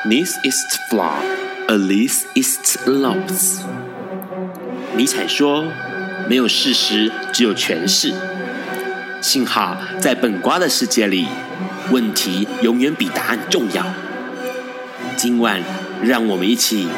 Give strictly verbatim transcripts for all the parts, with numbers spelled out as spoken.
This is flaw, Alice is lost。尼采说：“没有事实，只有诠释。”幸好在本瓜的世界里，问题永远比答案重要。今晚，让我们一起。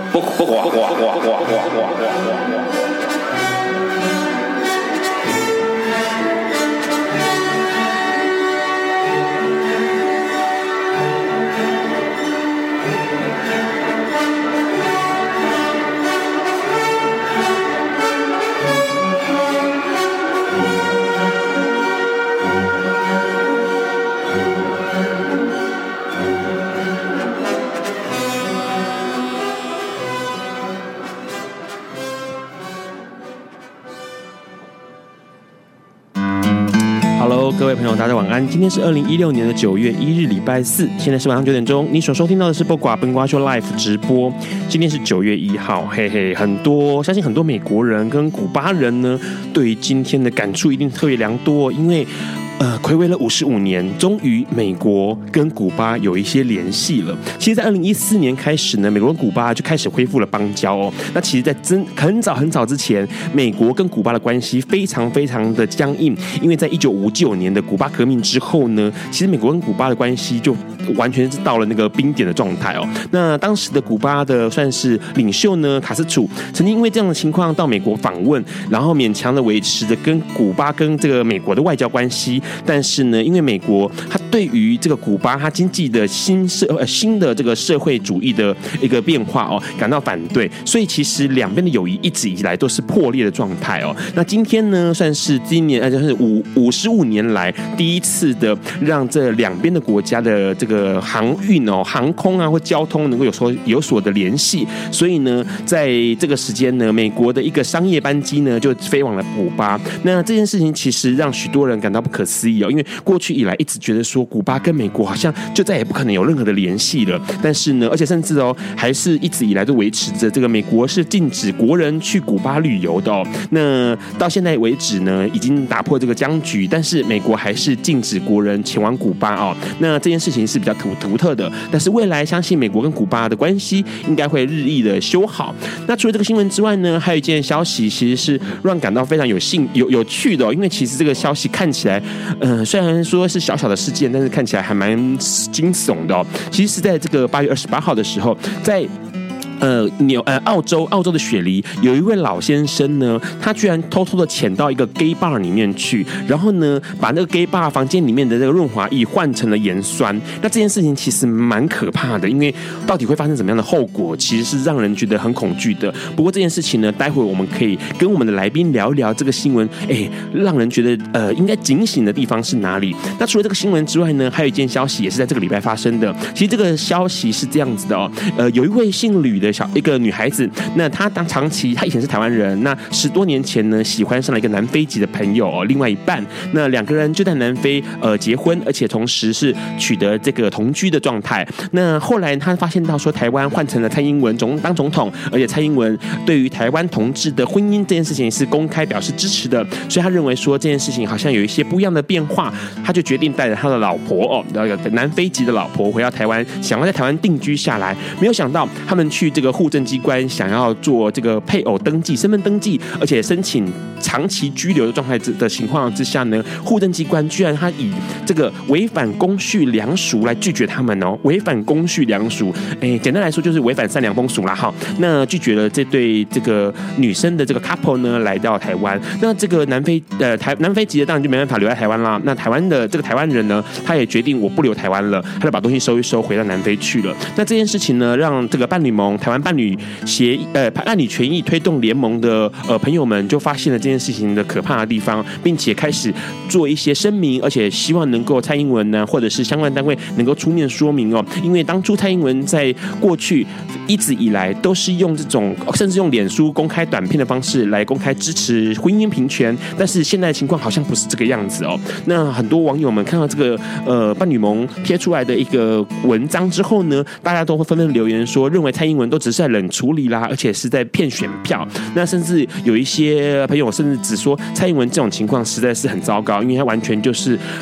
各位朋友，大家晚安。今天是二零一六年的九月一日，礼拜四，现在是晚上九点钟。你所收听到的是播寡本瓜秀 Live 直播。今天是九月一号，嘿嘿，很多相信很多美国人跟古巴人呢，对于今天的感触一定特别良多，因为。呃，睽违了五十五年，终于美国跟古巴有一些联系了。其实，在二零一四年开始呢，美国跟古巴就开始恢复了邦交哦。那其实，在真很早很早之前，美国跟古巴的关系非常非常的僵硬，因为在一九五九年的古巴革命之后呢，其实美国跟古巴的关系就完全是到了那个冰点的状态哦。那当时的古巴的算是领袖呢，卡斯楚曾经因为这样的情况到美国访问，然后勉强的维持着跟古巴跟这个美国的外交关系。但是呢，因为美国它对于这个古巴它经济的新社呃新的这个社会主义的一个变化哦感到反对，所以其实两边的友谊一直以来都是破裂的状态哦。那今天呢，算是今年呃就是五五十五年来第一次的让这两边的国家的这个航运哦航空啊或交通能够有所有所的联系，所以呢，在这个时间呢，美国的一个商业班机呢就飞往了古巴。那这件事情其实让许多人感到不可思议哦。因为过去以来一直觉得说古巴跟美国好像就再也不可能有任何的联系了，但是呢，而且甚至哦，还是一直以来都维持着这个美国是禁止国人去古巴旅游的哦。那到现在为止呢，已经打破这个僵局，但是美国还是禁止国人前往古巴哦。那这件事情是比较独独特的，但是未来相信美国跟古巴的关系应该会日益的修好。那除了这个新闻之外呢，还有一件消息其实是让人感到非常有兴有有趣的哦，因为其实这个消息看起来，呃。虽然说是小小的事件，但是看起来还蛮惊悚的哦。其实是在这个八月二十八号的时候，在。呃，纽呃，澳洲澳洲的雪梨有一位老先生呢，他居然偷偷的潜到一个 gay bar 里面去，然后呢，把那个 gay bar 房间里面的这个润滑液换成了盐酸。那这件事情其实蛮可怕的，因为到底会发生怎么样的后果，其实是让人觉得很恐惧的。不过这件事情呢，待会我们可以跟我们的来宾聊一聊这个新闻，哎，让人觉得呃应该警醒的地方是哪里？那除了这个新闻之外呢，还有一件消息也是在这个礼拜发生的。其实这个消息是这样子的哦，呃，有一位姓吕的。小一个女孩子，那她当长期，她以前是台湾人，那十多年前呢，喜欢上了一个南非籍的朋友哦，另外一半，那两个人就在南非呃结婚，而且同时是取得这个同居的状态。那后来她发现到说，台湾换成了蔡英文总当总统，而且蔡英文对于台湾同志的婚姻这件事情是公开表示支持的，所以他认为说这件事情好像有一些不一样的变化，他就决定带着他的老婆哦，南非籍的老婆回到台湾，想要在台湾定居下来。没有想到他们去这个户政机关想要做这个配偶登记、身份登记，而且申请长期居留的状态的情况之下呢，户政机关居然他以这个违反公序良俗来拒绝他们哦，违反公序良俗，哎，简单来说就是违反善良风俗啦哈。那拒绝了这对这个女生的这个 couple 呢来到台湾，那这个南非呃台南非籍的当然就没办法留在台湾啦。那台湾的这个台湾人呢，他也决定我不留台湾了，他就把东西收一收，回到南非去了。那这件事情呢，让这个伴侣盟台湾伴侣协呃伴侣权益推动联盟的呃朋友们就发现了这件事情的可怕的地方，并且开始做一些声明，而且希望能够蔡英文呢或者是相关单位能够出面说明哦。因为当初蔡英文在过去一直以来都是用这种甚至用脸书公开短片的方式来公开支持婚姻平权，但是现在的情况好像不是这个样子哦。那很多网友们看到这个呃伴侣盟贴出来的一个文章之后呢，大家都会纷纷留言说，认为蔡英文都只是在冷处理啦，而且是在骗选票。那甚至有一些朋友甚至只说蔡英文这种情况实在是很糟糕，因为他完全就是呃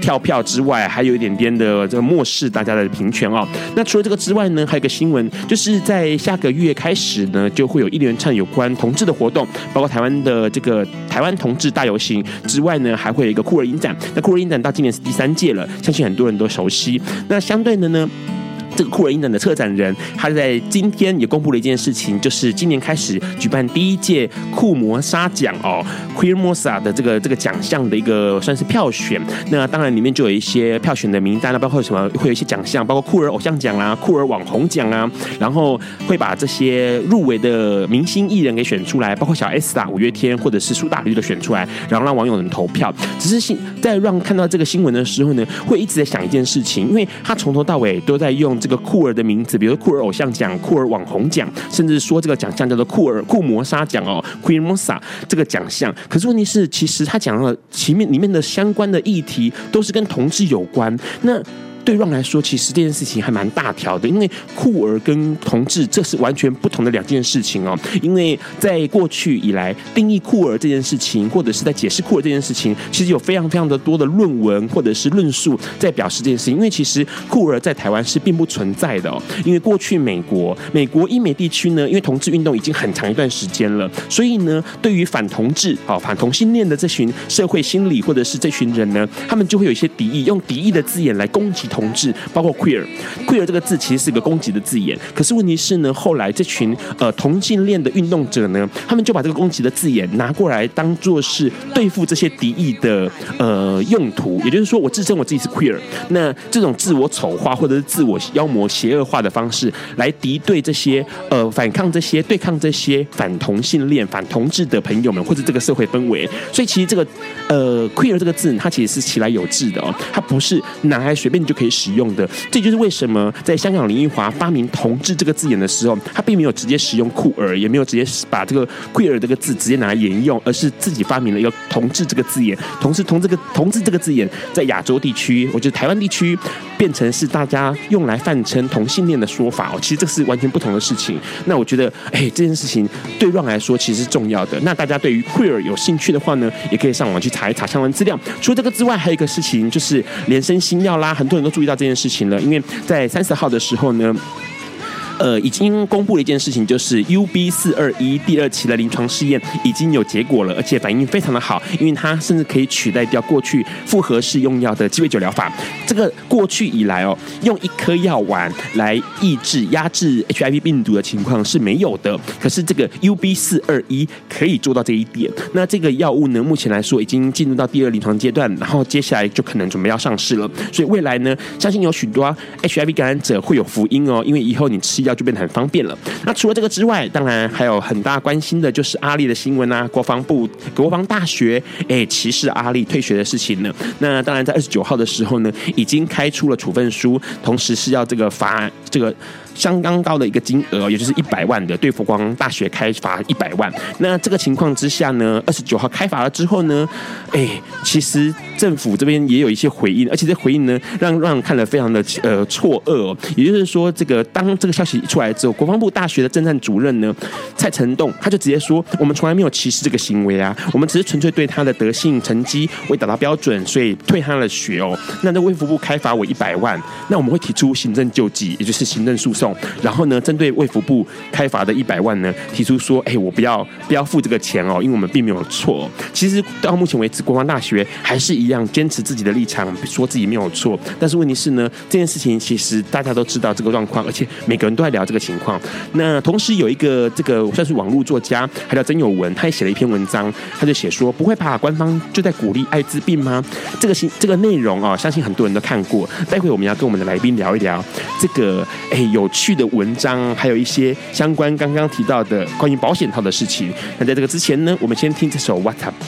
跳票之外，还有一点点的这个漠视大家的平权哦。那除了这个之外呢，还有一个新闻，就是在下个月开始呢，就会有一连串有关同志的活动，包括台湾的这个台湾同志大游行之外呢，还会有一个酷儿影展。那酷儿影展到今年是第三届了，相信很多人都熟悉。那相对的呢，这个酷儿影展的策展人，他在今天也公布了一件事情，就是今年开始举办第一届酷摩沙奖哦 ，Queer Mosa 的这个这个奖项的一个算是票选。那当然里面就有一些票选的名单啦，包括什么会有一些奖项，包括酷儿偶像奖啦、酷儿网红奖啊，然后会把这些入围的明星艺人给选出来，包括小 S 啊、五月天或者是苏打绿的选出来，然后让网友们投票。只是在让看到这个新闻的时候呢，会一直在想一件事情，因为他从头到尾都在用这个酷儿的名字，比如说酷儿偶像奖、酷儿网红奖，甚至说这个奖项叫做酷儿酷摩沙奖哦 ，Queer Mosa 这个奖项。可是问题是，其实他讲了前面里面的相关的议题都是跟同志有关。那对 Ron 来说，其实这件事情还蛮大条的，因为酷儿跟同志这是完全不同的两件事情哦。因为在过去以来，定义酷儿这件事情，或者是在解释酷儿这件事情，其实有非常非常的多的论文或者是论述在表示这件事情。因为其实酷儿在台湾是并不存在的哦，因为过去美国美国英美地区呢，因为同志运动已经很长一段时间了，所以呢，对于反同志、哦反同性恋的这群社会心理或者是这群人呢，他们就会有一些敌意，用敌意的字眼来攻击同志，包括 queer queer 这个字其实是个攻击的字眼。可是问题是呢，后来这群呃同性恋的运动者呢，他们就把这个攻击的字眼拿过来当做是对付这些敌意的呃用途。也就是说，我自称我自己是 queer， 那这种自我丑化或者是自我妖魔邪恶化的方式来敌对这些呃反抗这些对抗这些反同性恋、反同志的朋友们，或者这个社会氛围。所以其实这个呃 queer 这个字，它其实是其来有致的哦，它不是拿来随便就可以使用的。这就是为什么在香港林奕华发明同志这个字眼的时候，他并没有直接使用酷儿，也没有直接把这个 queer 这个字直接拿来沿用，而是自己发明了一个同志这个字眼。同时同这个同志这个字眼在亚洲地区，我觉得台湾地区变成是大家用来泛称同性恋的说法哦，其实这是完全不同的事情。那我觉得，哎，这件事情对 Ron 来说其实是重要的。那大家对于 queer 有兴趣的话呢，也可以上网去查一查相关资料。除了这个之外，还有一个事情就是连生新药啦，很多人都注意到这件事情了，因为在三十号的时候呢。呃，已经公布了一件事情，就是 U B 四二一第二期的临床试验已经有结果了，而且反应非常的好，因为它甚至可以取代掉过去复合式用药的鸡尾酒疗法。这个过去以来哦，用一颗药丸来抑制、压制 H I V 病毒的情况是没有的，可是这个 U B 四二一可以做到这一点。那这个药物呢，目前来说已经进入到第二临床阶段，然后接下来就可能准备要上市了。所以未来呢，相信有许多 H I V 感染者会有福音哦，因为以后你吃药就变得很方便了。那除了这个之外，当然还有很大关心的就是阿力的新闻啊，国防部、国防大学哎歧视阿力退学的事情呢。那当然在二十九号的时候呢，已经开出了处分书，同时是要这个罚这个。相当高的一个金额，也就是一百万的，对国防大学开罚一百万。那这个情况之下呢，二十九号开罚了之后呢，哎，其实政府这边也有一些回应，而且这回应呢，让让人看了非常的呃错愕哦。也就是说，这个当这个消息出来之后，国防部大学的政战主任呢，蔡成栋他就直接说，我们从来没有歧视这个行为啊，我们只是纯粹对他的德性成绩未达到标准，所以退他的学哦。那这卫福部开罚我一百万，那我们会提出行政救济，也就是行政诉讼。然后呢，针对卫福部开罚的一百万呢，提出说，哎，我不要不要付这个钱哦，因为我们并没有错。其实到目前为止，国防大学还是一样坚持自己的立场，说自己没有错。但是问题是呢，这件事情其实大家都知道这个状况，而且每个人都在聊这个情况。那同时有一个这个算是网络作家，还叫曾有文，他也写了一篇文章，他就写说，不会怕官方就在鼓励艾滋病吗？这个这个内容啊、哦，相信很多人都看过。待会我们要跟我们的来宾聊一聊这个哎有趣的文章，还有一些相关刚刚提到的关于保险套的事情。那在这个之前呢，我们先听这首 What Up。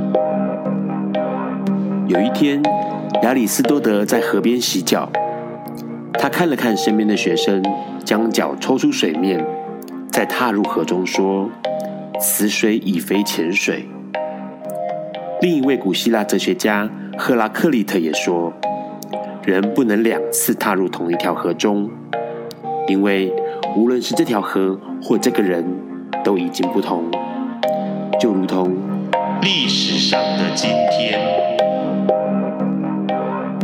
有一天，亚里斯多德在河边洗脚，他看了看身边的学生，将脚抽出水面，再踏入河中说：“此水已非浅水。”另一位古希腊哲学家赫拉克利特也说，人不能两次踏入同一条河中，因为无论是这条河或这个人都已经不同，就如同历史上的今天。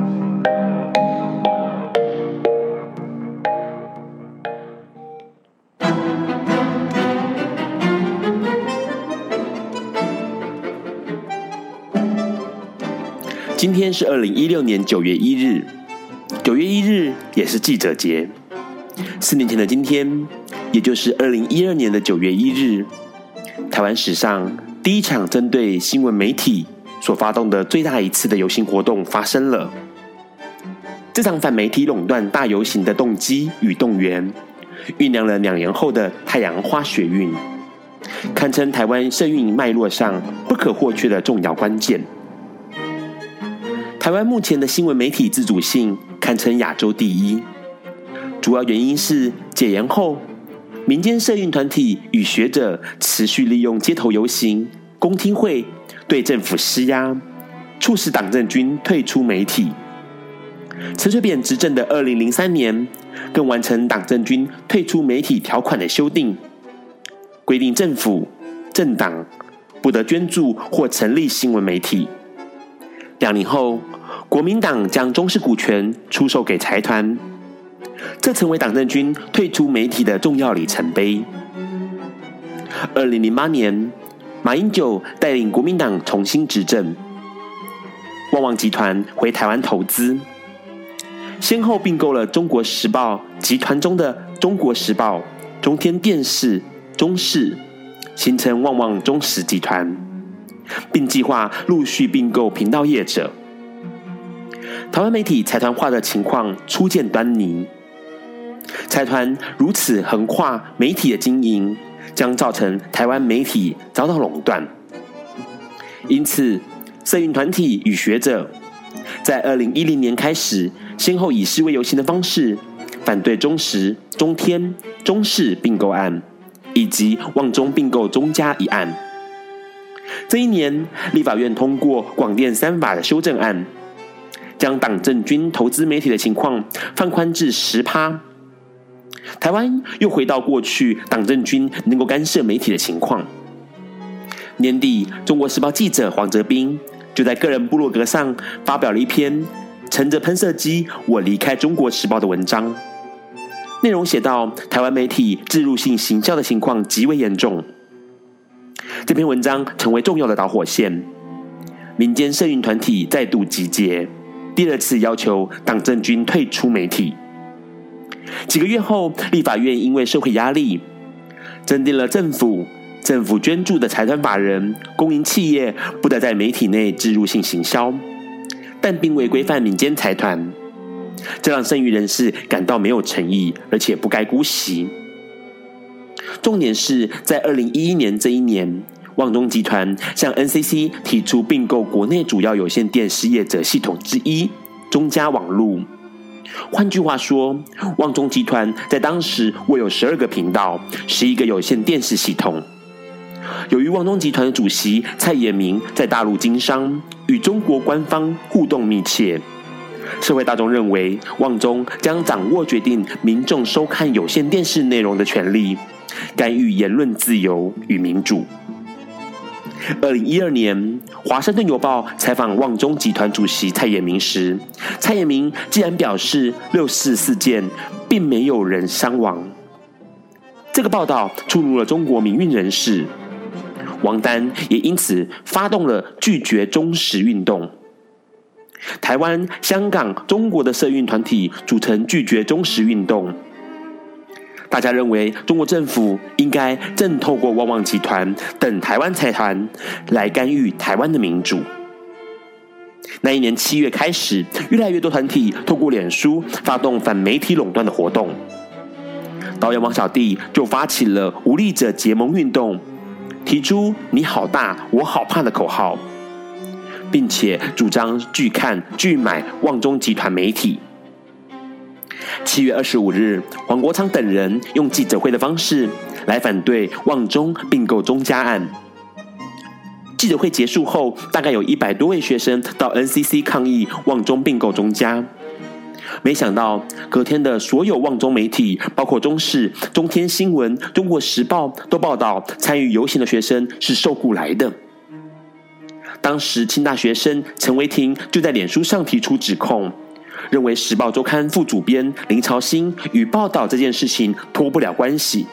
今天是二零一六年九月一日，九月一日也是记者节。四年前的今天，也就是二零一二年的九月一日，台湾史上第一场针对新闻媒体所发动的最大一次的游行活动发生了。这场反媒体垄断大游行的动机与动员，酝酿了两年后的太阳花学运，堪称台湾社运脉络上不可或缺的重要关键。台湾目前的新闻媒体自主性堪称亚洲第一，主要原因是解严后，民间社运团体与学者持续利用街头游行、公听会对政府施压，促使党政军退出媒体。陈水扁执政的二零零三年，更完成党政军退出媒体条款的修订，规定政府、政党不得捐助或成立新闻媒体。两年后，国民党将中视股权出售给财团，这成为党政军退出媒体的重要里程碑。二零零八年，马英九带领国民党重新执政，旺旺集团回台湾投资，先后并购了中国时报集团中的中国时报、中天电视、中视，形成旺旺中时集团，并计划陆续并购频道业者。台湾媒体财团化的情况初见端倪，财团如此横跨媒体的经营，将造成台湾媒体遭到垄断。因此，社运团体与学者在二零一零年开始，先后以示威游行的方式反对中时、中天、中视并购案，以及旺中并购中嘉一案。这一年，立法院通过广电三法的修正案，将党政军投资媒体的情况放宽至 百分之十。 台湾又回到过去党政军能够干涉媒体的情况。年底，中国时报记者黄哲斌就在个人部落格上发表了一篇乘着喷射机我离开中国时报的文章，内容写到台湾媒体置入性行销的情况极为严重。这篇文章成为重要的导火线，民间社运团体再度集结，第二次要求党政军退出媒体。几个月后，立法院因为社会压力，增订了政府、政府捐助的财团法人、公营企业不得在媒体内置入性行销，但并未规范民间财团，这让剩余人士感到没有诚意，而且不该姑息。重点是在二零一一年这一年，旺中集团向 N C C 提出并购国内主要有线电视业者系统之一中嘉网路。换句话说，旺中集团在当时握有十二个频道、十一个有线电视系统。由于旺中集团的主席蔡衍明在大陆经商，与中国官方互动密切，社会大众认为旺中将掌握决定民众收看有线电视内容的权利，干预言论自由与民主。二零一二年，华盛顿邮报采访旺中集团主席蔡衍明时，蔡衍明竟然表示六四事件并没有人伤亡。这个报道触怒了中国民运人士，王丹也因此发动了拒绝中时运动。台湾、香港、中国的社运团体组成拒绝中时运动。大家认为中国政府应该正透过旺旺集团等台湾财团来干预台湾的民主。那一年七月开始，越来越多团体透过脸书发动反媒体垄断的活动。导演王小弟就发起了无力者结盟运动，提出你好大我好怕的口号，并且主张拒看拒买旺中集团媒体。七月二十五日，黄国昌等人用记者会的方式来反对旺中并购中嘉案。记者会结束后，大概有一百多位学生到 N C C 抗议旺中并购中嘉。没想到隔天的所有旺中媒体，包括中视、中天新闻、中国时报，都报道参与游行的学生是受雇来的。当时清大学生陈维廷就在脸书上提出指控，认为《时报周刊》副主编林朝兴与报道这件事情脱不了关系。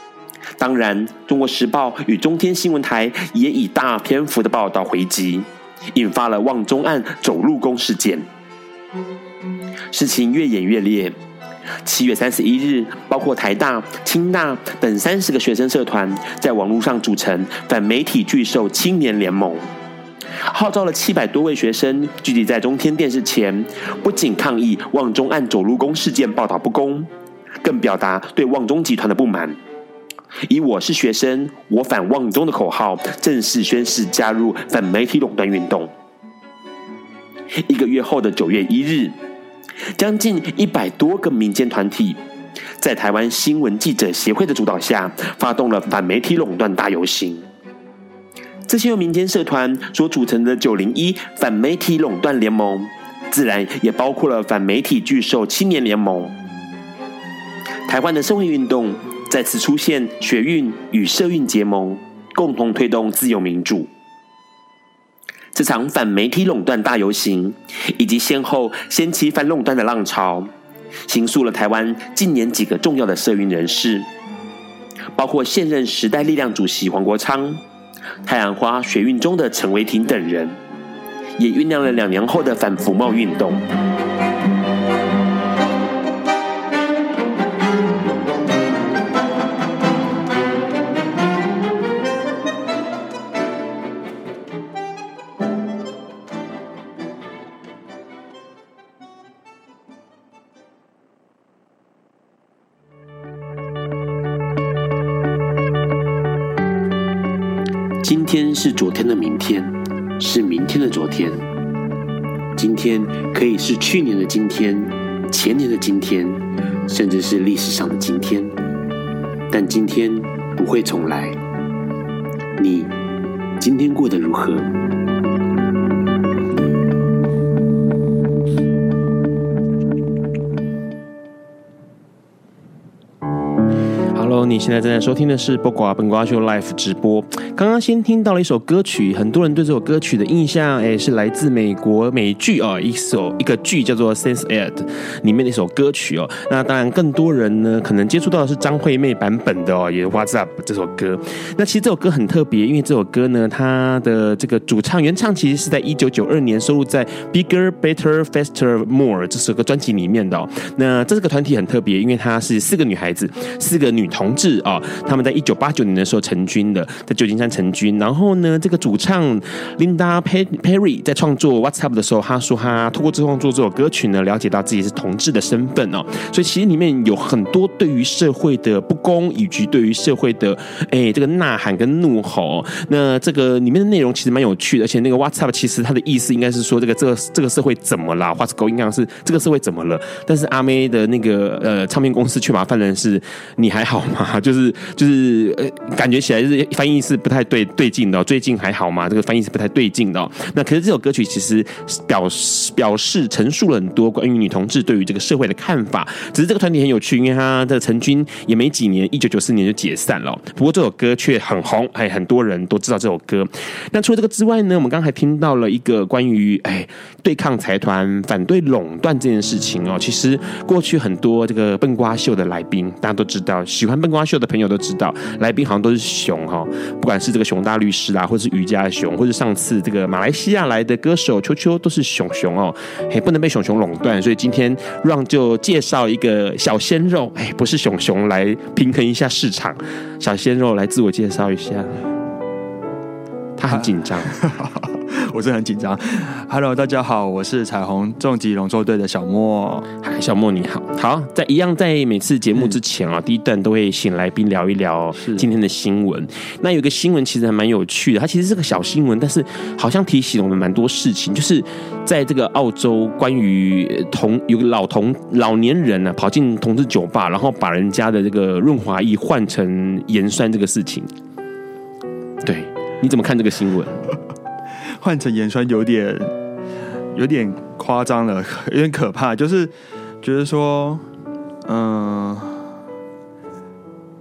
当然，《中国时报》与中天新闻台也以大篇幅的报道回击， 引发了旺中案走路工事件。事情越演越烈。七月三十一日，包括台大、清大等三十个学生社团在网络上组成反媒体巨兽青年联盟，号召了七百多位学生聚集在中天电视前，不仅抗议旺中案走路工事件报道不公，更表达对旺中集团的不满。以我是学生，我反旺中的口号，正式宣誓加入反媒体垄断运动。一个月后的九月一日，将近一百多个民间团体在台湾新闻记者协会的主导下，发动了反媒体垄断大游行。这些由民间社团所组成的九零一反媒体垄断联盟，自然也包括了反媒体巨兽青年联盟。台湾的社会运动再次出现学运与社运结盟，共同推动自由民主。这场反媒体垄断大游行，以及先后掀起反垄断的浪潮，形塑了台湾近年几个重要的社运人士，包括现任时代力量主席黄国昌、太阳花学运中的陈为廷等人，也酝酿了两年后的反服贸运动。今天是昨天的明天，是明天的昨天。今天可以是去年的今天，前年的今天，甚至是历史上的今天。但今天不会重来。你今天过得如何？Hello， 你现在正在收听的是播瓜本瓜秀 Live 直播。刚刚先听到了一首歌曲，很多人对这首歌曲的印象，哎，是来自美国美剧哦，一首一个剧叫做《sense eight》里面的一首歌曲哦。那当然，更多人呢可能接触到的是张惠妹版本的哦，也 What's Up 这首歌。那其实这首歌很特别，因为这首歌呢，它的这个主唱原唱其实是在一九九二年收录在《Bigger, Better, Faster, More》这首歌专辑里面的哦。那这个团体很特别，因为它是四个女孩子，四个女同志啊、哦，他们在一九八九年的时候成军的，在旧金山成军。然后呢，这个主唱 Linda Perry 在创作 What's Up 的时候，他说他透过创作这首歌曲呢，了解到自己是同志的身份哦。所以其实里面有很多对于社会的不公，以及对于社会的哎这个呐喊跟怒吼。那这个里面的内容其实蛮有趣的，而且那个 What's Up 其实它的意思应该是说这个这个这个社会怎么了 ？What's going on 是这个社会怎么了？但是阿妹的那个呃唱片公司却把它翻成是你还好吗？就是就是呃感觉起来是翻译是不太对对劲的、哦。最近还好吗？这个翻译是不太对劲的、哦。那可是这首歌曲其实表示表示陈述了很多关于女同志对于这个社会的看法。只是这个团体很有趣，因为他的成军也没几年，一九九四年就解散了、哦。不过这首歌却很红，哎，很多人都知道这首歌。那除了这个之外呢，我们刚刚还听到了一个关于哎对抗财团、反对垄断这件事情哦。其实过去很多这个笨瓜秀的来宾，大家都知道，喜欢笨瓜秀的朋友都知道，来宾好像都是熊哈、哦，不管是这个熊大律师啊，或是瑜伽熊，或是上次这个马来西亚来的歌手秋秋，都是熊熊哦，嘿，不能被熊熊垄断。所以今天让就介绍一个小鲜肉，哎，不是熊熊来平衡一下市场，小鲜肉来自我介绍一下。他很紧张， 我是很紧张。Hello， 大家好，我是彩虹重击龙舟队的小莫。 嗨，小莫你好。好，在一样在每次节目之前啊、嗯，第一段都会请来宾聊一聊今天的新闻。那有一个新闻其实还蛮有趣的，它其实是个小新闻，但是好像提醒我们蛮多事情。就是在这个澳洲，关于同有个老同老年人啊，跑进同志酒吧，然后把人家的这个润滑液换成盐酸这个事情。对，你怎么看这个新闻？ 换成盐酸有点有点夸张了，有点可怕。就是觉得说，嗯、呃，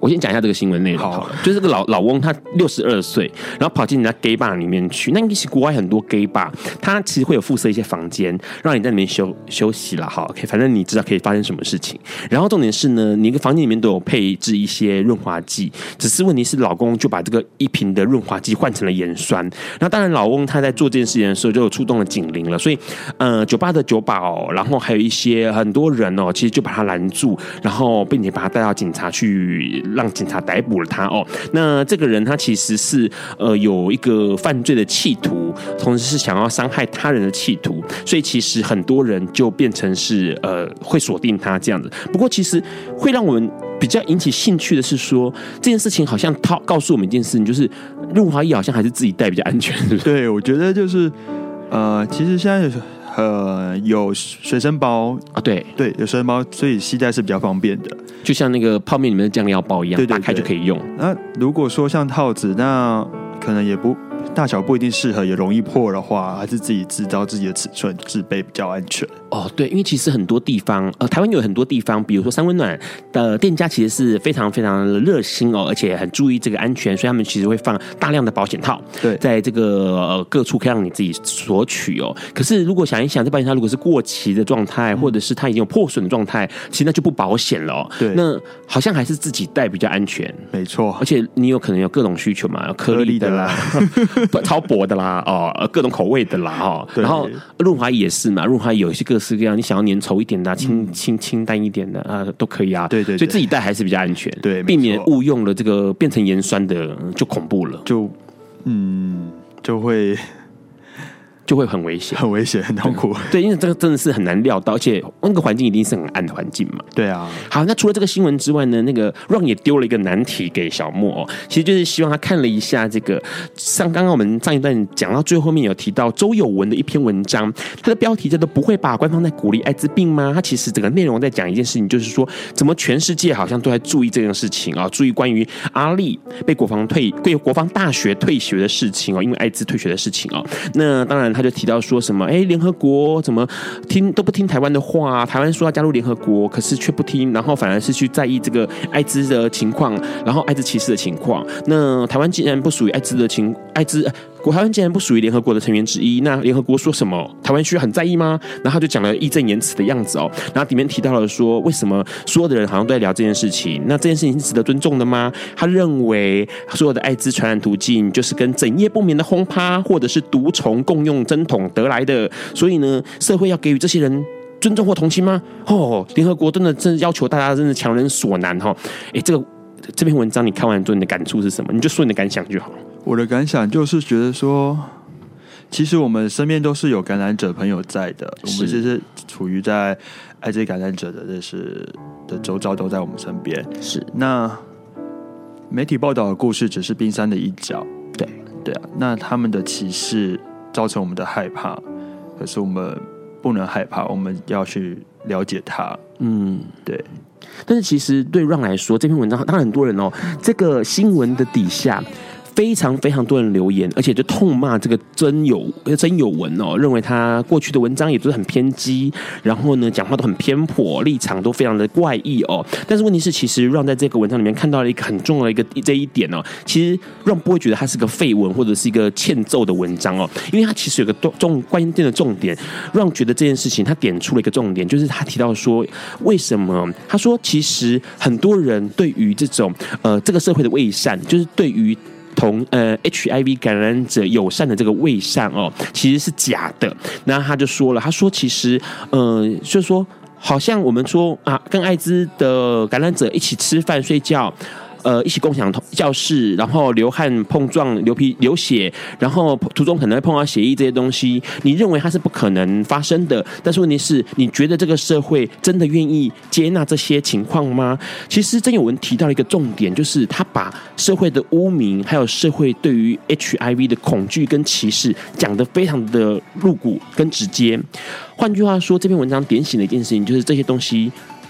我先讲一下这个新闻内容好了，就是这个老老翁他六十二岁，然后跑进人家 gay bar 里面去。那其实国外很多 gay bar， 他其实会有附设一些房间，让你在里面休休息啦。好 ，OK， 反正你知道可以发生什么事情。然后重点是呢，你一个房间里面都有配置一些润滑剂，只是问题是老公就把这个一瓶的润滑剂换成了盐酸。那当然，老翁他在做这件事情的时候就有触动了警铃了，所以呃，酒吧的酒保，然后还有一些很多人哦，其实就把他拦住，然后并且把他带到警察去。让警察逮捕了他哦。那这个人他其实是呃有一个犯罪的企图，同时是想要伤害他人的企图，所以其实很多人就变成是呃会锁定他这样子。不过其实会让我们比较引起兴趣的是说，这件事情好像他告诉我们一件事情，就是润滑液好像还是自己带比较安全，是不是？ 对，我觉得就是呃，其实现在呃有随身包啊，对对，有随身包，所以携带是比较方便的。 就像那个泡面里面的酱料包一样， 对对对， 打开就可以用。 那如果说像套子，那可能也不大小不一定适合，也容易破的话，还是自己知道自己的尺寸自备比较安全。 哦，对，因为其实很多地方，呃，台湾有很多地方，比如说三温暖的店家，其实是非常非常热心哦，而且很注意这个安全，所以他们其实会放大量的保险套， 对， 在这个、呃、各处可以让你自己索取哦。可是如果想一想，这保险套如果是过期的状态，或者是它已经有破损的状态，其实那就不保险了哦。 对， 那好像还是自己带比较安全， 没错。 而且你有可能有各种需求嘛，有颗粒的啦，超薄的啦，哦，各种口味的啦，哦，然后润滑液也是嘛，润滑液有一些各式各样，你想要粘稠一点的、啊、清清清淡一点的啊，都可以啊。 对 对, 对， 所以自己带还是比较安全， 对， 避免误用了这个变成盐酸的就恐怖了， 就嗯就会。 就会很危险， 很危险，很痛苦。 对，因为这个真的是很难料到，而且那个环境一定是很暗的环境嘛。 对啊。 好，那除了这个新闻之外呢，那个 Ron 也丢了一个难题给小莫哦，其实就是希望他看了一下这个，像刚刚我们上一段讲到最后面有提到周友文的一篇文章，它的标题叫做"不会吧，官方在鼓励艾滋病吗？"它其实整个内容在讲一件事情，就是说怎么全世界好像都在注意这件事情啊、哦，注意关于阿力被国防退、被国防大学退学的事情哦，因为艾滋退学的事情哦。那当然。他就提到说什么，哎，联合国怎么听都不听台湾的话、啊，台湾说要加入联合国，可是却不听，然后反而是去在意这个艾滋的情况，然后艾滋歧视的情况。那台湾既然不属于艾滋的情，艾滋。台湾既然不属于联合国的成员之一，那联合国说什么，台湾需要很在意吗？然后他就讲了义正言辞的样子哦。然后里面提到了说，为什么所有的人好像都在聊这件事情？那这件事情是值得尊重的吗？他认为所有的艾滋传染途径就是跟整夜不眠的轰趴或者是毒虫共用针筒得来的，所以呢，社会要给予这些人尊重或同情吗？哦，联合国真的真的要求大家真的强人所难哈、哦。哎，这个这篇文章你看完之后你的感触是什么？你就说你的感想就好。 我的感想就是觉得说，其实我们身边都是有感染者朋友在的，我们其实处于在艾滋感染者的这是的周遭都在我们身边。 是， 那媒体报道的故事只是冰山的一角。 对对啊，那他们的歧视造成我们的害怕，可是我们不能害怕，我们要去了解它。嗯，对。 但是其实对 Ron 来说，这篇文章当然很多人哦，这个新闻的底下。非常非常多人留言，而且就痛骂这个真有真有文哦，认为他过去的文章也都是很偏激，然后呢讲话都很偏颇，立场都非常的怪异哦。但是问题是，其实让在这个文章里面看到了一个很重要的一个这一点哦，其实让不会觉得它是个废文或者是一个欠揍的文章哦，因为它其实有个重关键的重点，让觉得这件事情他点出了一个重点，就是他提到说为什么他说其实很多人对于这种呃这个社会的伪善，就是对于同呃 H I V 感染者友善的这个伪善哦，其实是假的。那他就说了，他说其实呃，就是说，好像我们说啊，跟艾滋的感染者一起吃饭睡觉。呃，一起共享教室，然后流汗碰撞、流皮流血，然后途中可能会碰到血液这些东西，你认为它是不可能发生的？但是问题是，你觉得这个社会真的愿意接纳这些情况吗？其实曾有文提到了一个重点，就是他把社会的污名，还有社会对于 H I V 的恐惧跟歧视讲得非常的露骨跟直接。换句话说，这篇文章点醒了一件事情，就是这些东西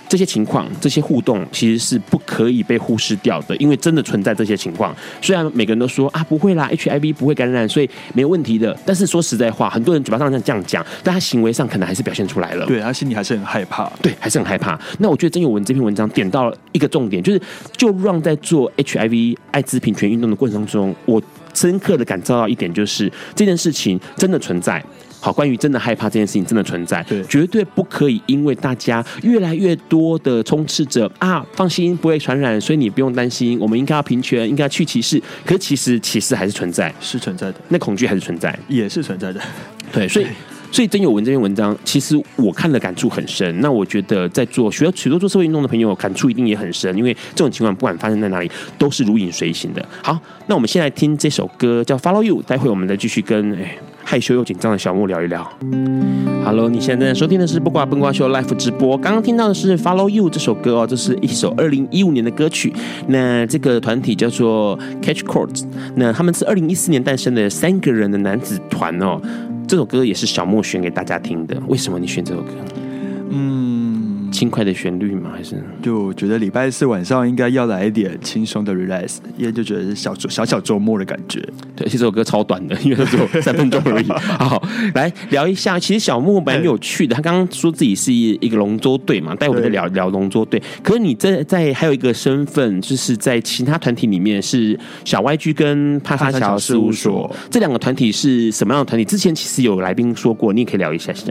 这些情况、这些互动其实是不可以被忽视掉的，因为真的存在这些情况。虽然每个人都说啊不会啦 ，H I V 不会感染，所以没有问题的。但是说实在话，很多人嘴巴上这样讲，但他行为上可能还是表现出来了。 对，他心里还是很害怕， 对，还是很害怕。那我觉得曾有文这篇文章点到了一个重点，就是就让在做 H I V 艾滋平权运动的过程当中，我深刻的感受到一点，就是这件事情真的存在。好，关于真的害怕这件事情真的存在， 对， 绝对不可以因为大家越来越多的充斥着啊，放心不会传染，所以你不用担心，我们应该要平权，应该要去歧视。可是其实歧视还是存在， 是存在的， 那恐惧还是存在， 也是存在的。 对，所以。所以曾有文这篇文章，其实我看了感触很深。那我觉得在做许多许多做社会运动的朋友，感触一定也很深，因为这种情况不管发生在哪里，都是如影随形的。好，那我们先来听这首歌，叫《Follow You》。待会我们再继续跟哎害羞又紧张的小木聊一聊。Hello， 你现在正在收听的是不挂笨瓜秀 Live 直播。刚刚听到的是《Follow You》这首歌哦，这是一首二零一五年的歌曲。那这个团体叫做 Catch Chords， 那他们是二零一四年诞生的三个人的男子团哦。这首歌也是小莫选给大家听的，为什么你选这首歌？嗯，轻快的旋律吗？还是就觉得礼拜四晚上应该要来一点轻松的 relax， 因为就觉得是小小小周末的感觉。 对，这首歌超短的，因为它只有三分钟而已。好，来聊一下，其实小莫蛮有趣的。他刚刚说自己是一个龙舟队嘛，待会再聊聊龙舟队。可是你在在还有一个身份，就是在其他团体里面是小 Y G 跟帕萨乔事务所，这两个团体是什么样的团体？之前其实有来宾说过，你也可以聊一下下。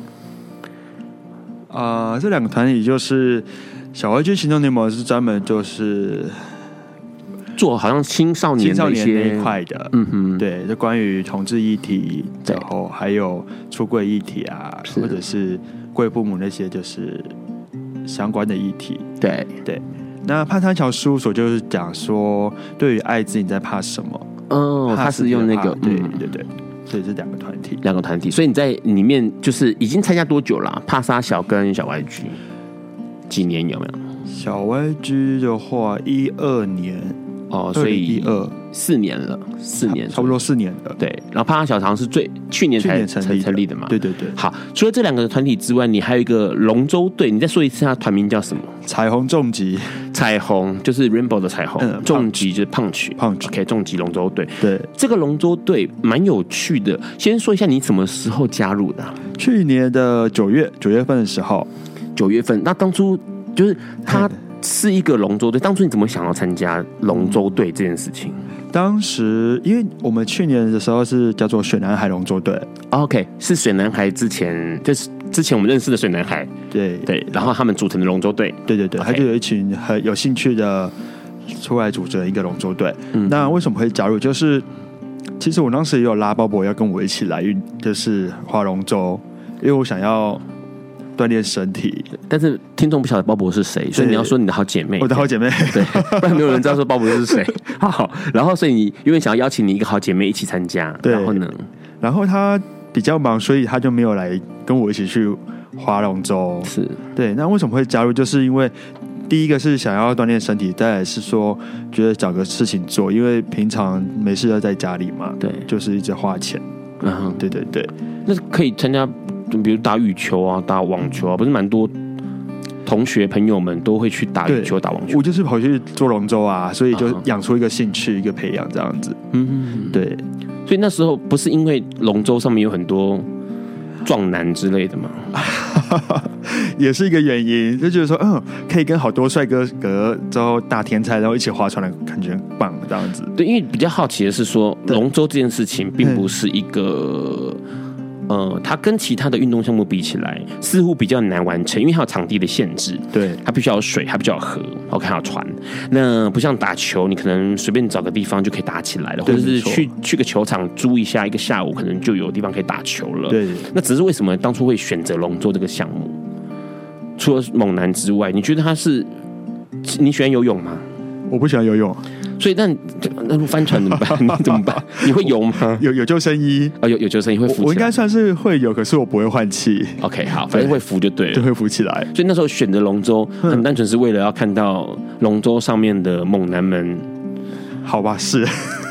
啊、呃，这两个团体就是小 Y G 行动联盟是专门就是做好像青少年的一些青少年那一块的， 嗯哼， 对，就关于同志议题，然后还有出柜议题啊，或者是贵父母那些就是相关的议题， 对对。那潘三桥事务所就是讲说，对于艾滋你在怕什么？ 哦，他是用那个， 对对对。所以这两个团体， 两个团体，所以你在里面就是已经参加多久了、啊？帕莎小跟小 Y G 几年有没有？ 小 Y G 的话，一二年哦，所以一二四年了，四年差不多四年了。 对，然后帕莎小堂是最去年才成立 的, 成立的嘛？ 对对对。 好，除了这两个团体之外，你还有一个龙舟队，你再说一次，它团名叫什么？ 彩虹重击。 彩虹就是 Rainbow 的彩虹，嗯、重击就是 Punch Punch OK 重击龙舟队。 对，这个龙舟队蛮有趣的。先说一下你什么时候加入的、啊？ 去年的九月九月份的时候， 九月份。那当初就是它是一个龙舟队，当初你怎么想要参加龙舟队这件事情？ 当时因为我们去年的时候是叫做水男孩龙舟队 ，OK， 是水男孩之前就是之前我们认识的水男孩， 对对，然后他们组成的龙舟队， 对对对， okay. 他就有一群很有兴趣的出来组成一个龙舟队。嗯，那为什么会加入？就是其实我当时也有拉鲍勃要跟我一起来运，就是划龙舟，因为我想要锻炼身体。 但是听众不晓得鲍勃是谁，所以你要说你的好姐妹， 我的好姐妹， 对，不然没有人知道说鲍勃是谁。好，然后所以你因为想要邀请你一个好姐妹一起参加， 对， 然后呢， 然后她比较忙，所以她就没有来跟我一起去划龙舟。 是， 对。那为什么会加入？就是因为第一个是想要锻炼身体，再来是说觉得找个事情做，因为平常没事要在家里嘛， 对， 就是一直花钱。嗯哼，对对对。 那可以参加。比如打羽球啊，打网球啊，不是蛮多同学朋友们都会去打羽球、打网球。 我就是跑去做龙舟啊，所以就养出一个兴趣、一个培养这样子。嗯，对。 所以那时候不是因为龙舟上面有很多壮男之类的吗？ 也是一个原因，就觉得说，嗯，可以跟好多帅哥哥之后大天才，然后一起划船的感觉很棒，这样子。 对，因为比较好奇的是说，龙舟这件事情并不是一个。呃，它跟其他的运动项目比起来，似乎比较难完成，因为它有场地的限制。 对， 它必须要有水，它必须要有河 ，OK， 还有船。那不像打球，你可能随便找个地方就可以打起来了，或者是去去个球场租一下，一个下午可能就有地方可以打球了。 对， 那只是为什么当初会选择龙舟这个项目？除了猛男之外，你觉得他是你喜欢游泳吗？ 我不喜欢游泳。 所以那那翻船怎么办？你怎么办？你会游吗？ 有有救生衣啊、哦，有有救生衣会浮起来。 我应该算是会游，可是我不会换气。 OK， 好，反正会浮就对了， 就会浮起来。 所以那时候选择龙舟，很单纯是为了要看到龙舟上面的猛男们。 好吧，是。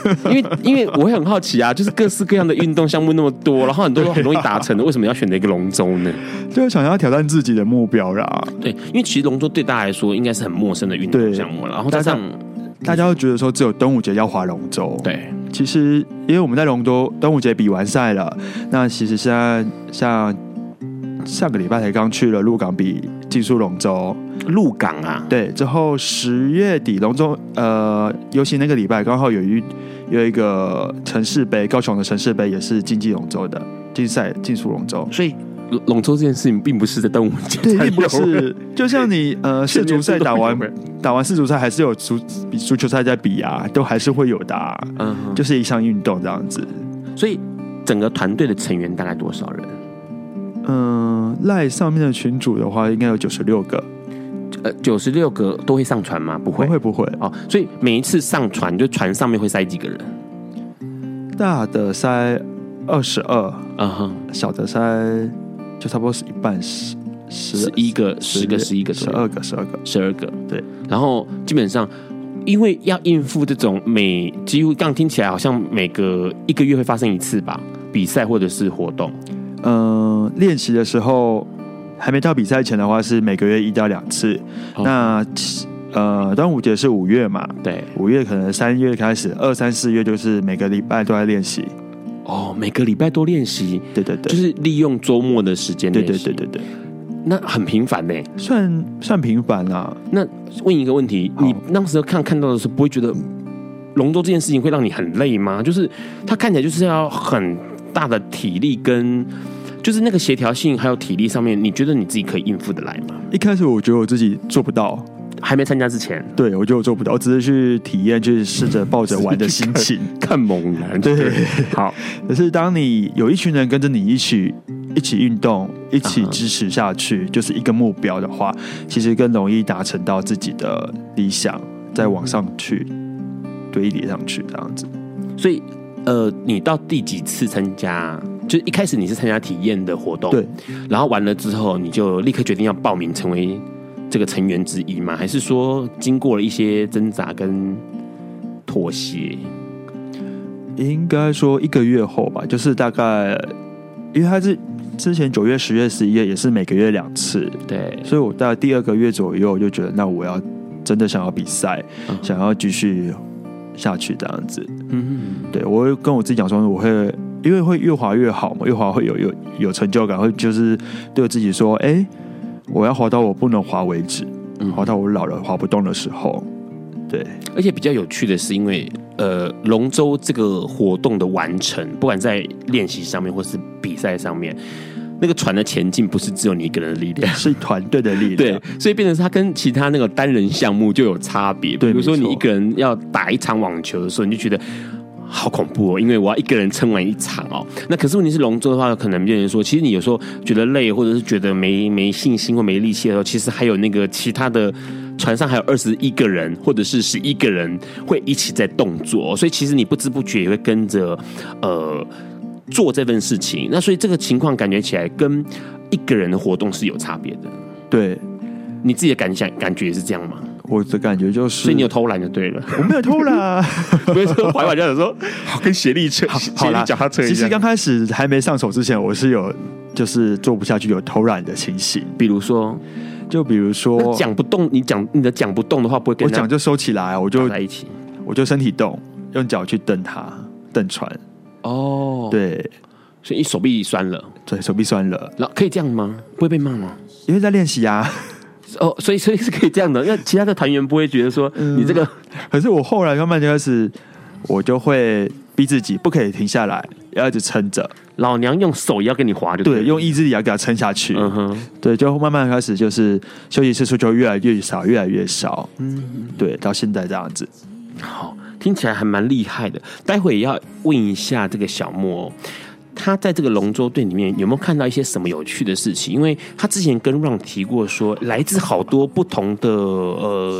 因为因为我会很好奇啊，就是各式各样的运动项目那么多，然后很多都很容易达成的，为什么要选择一个龙舟呢？ 就想要挑战自己的目标啦。 对，因为其实龙舟对大家来说应该是很陌生的运动项目了，然后加上大家都觉得说只有端午节要划龙舟。 对， 其实因为我们在龙舟端午节比完赛了，那其实现在像上个礼拜才刚去了鹿港比竞速龙舟。 鹿港啊， 对，之后十月底龙舟呃游行那个礼拜刚好有一有一个城市杯，高雄的城市杯也是竞技龙舟的竞赛竞速龙舟， 所以龙舟这件事情并不是在端午节才有， 对，并不是。就像你呃世足赛打完打完世足赛，还是有足比足球赛在比啊，都还是会有的、啊，嗯，就是一项运动这样子。 所以整个团队的成员大概多少人？ 嗯，赖上面的群组的话，应该有九十六个。 呃，九十六个都会上船吗？不会， 不会，不会哦。所以每一次上船，就船上面会塞几个人？ 大的塞二十二， 嗯哼， 小的塞就差不多是一半，十十一个，十个，十一个， 十二个，十二个， 十二个。 对，然后基本上，因为要应付这种每几乎刚听起来好像每个一个月会发生一次吧，比赛或者是活动。 嗯，练习的时候。还没到比赛前的话，是每个月一到两次。哦、那呃，端午节是五月嘛？ 对， 五月可能三月开始，二三四月就是每个礼拜都在练习。 哦，每个礼拜都练习， 对对对， 就是利用周末的时间练习。 对对对对对， 那很频繁呢， 算算频繁啦。 那问一个问题，你那时候看看到的时候，不会觉得龙舟这件事情会让你很累吗？就是它看起来就是要很大的体力跟。就是那个协调性还有体力上面，你觉得你自己可以应付得来吗？ 一开始我觉得我自己做不到， 还没参加之前， 对我觉得我做不到，我只是去体验，去试着抱着玩的心情看猛男。 对， 好。 可是当你有一群人跟着你一起一起运动，一起支持下去，uh-huh. 就是一个目标的话，其实更容易达成到自己的理想，再往上去堆叠上去这样子。 所以，呃，你到第几次参加？就一开始你是参加体验的活动， 对， 然后完了之后，你就立刻决定要报名成为这个成员之一吗？还是说经过了一些挣扎跟妥协？ 应该说一个月后吧，就是大概，因为他是之前九月、十月、十一月也是每个月两次， 对， 所以我大概第二个月左右我就觉得，那我要真的想要比赛，嗯、想要继续下去这样子。嗯，对，我会跟我自己讲说，我会。因为会越滑越好嘛，越滑会有有有成就感，会就是对我自己说，哎、欸，我要滑到我不能滑为止，嗯、滑到我老了滑不动的时候。对， 而且比较有趣的是，因为呃，龙舟这个活动的完成，不管在练习上面或是比赛上面，那个船的前进不是只有你一个人的力量， 是团队的力量。 对，所以变成它跟其他那个单人项目就有差别。比如说你一个人要打一场网球的时候，你就觉得。好恐怖哦！因为我要一个人撑完一场哦。那可是问题是龙舟的话，可能别人说，其实你有时候觉得累，或者是觉得没没信心或没力气的时候，其实还有那个其他的船上还有二十一个人或者是十一个人会一起在动作、哦，所以其实你不知不觉也会跟着呃做这份事情。那所以这个情况感觉起来跟一个人的活动是有差别的。 对， 你自己的感想感觉也是这样吗？ 我的感觉就是， 所以你有偷懒就对了。 我没有偷懒， 不是说滑板就想说，好跟协力车、协力脚踏车一样。 其实刚开始还没上手之前，我是有就是做不下去，有偷懒的情形。 比如说， 就比如说讲不动，你讲你的讲不动的话，不会跟我讲就收起来，我就在一起， 我就身体动，用脚去蹬它，蹬船。 哦， 对， 所以手臂酸了， 对，手臂酸了。 然后可以这样吗？不会被骂吗？ 因为在练习啊。 哦，所以所以是可以这样的，因为其他的团员不会觉得说你这个、嗯。 可是我后来慢慢就开始，我就会逼自己不可以停下来，要一直撑着。 老娘用手也要跟你滑就对， 对，用意志力要给它撑下去。 嗯哼， 对，就慢慢开始就是休息次数就越来越少，越来越少。嗯，对，到现在这样子。 好，听起来还蛮厉害的。待会也要问一下这个小莫。他在这个龙舟队里面有没有看到一些什么有趣的事情？因为他之前跟 Ron 提过说，来自好多不同的呃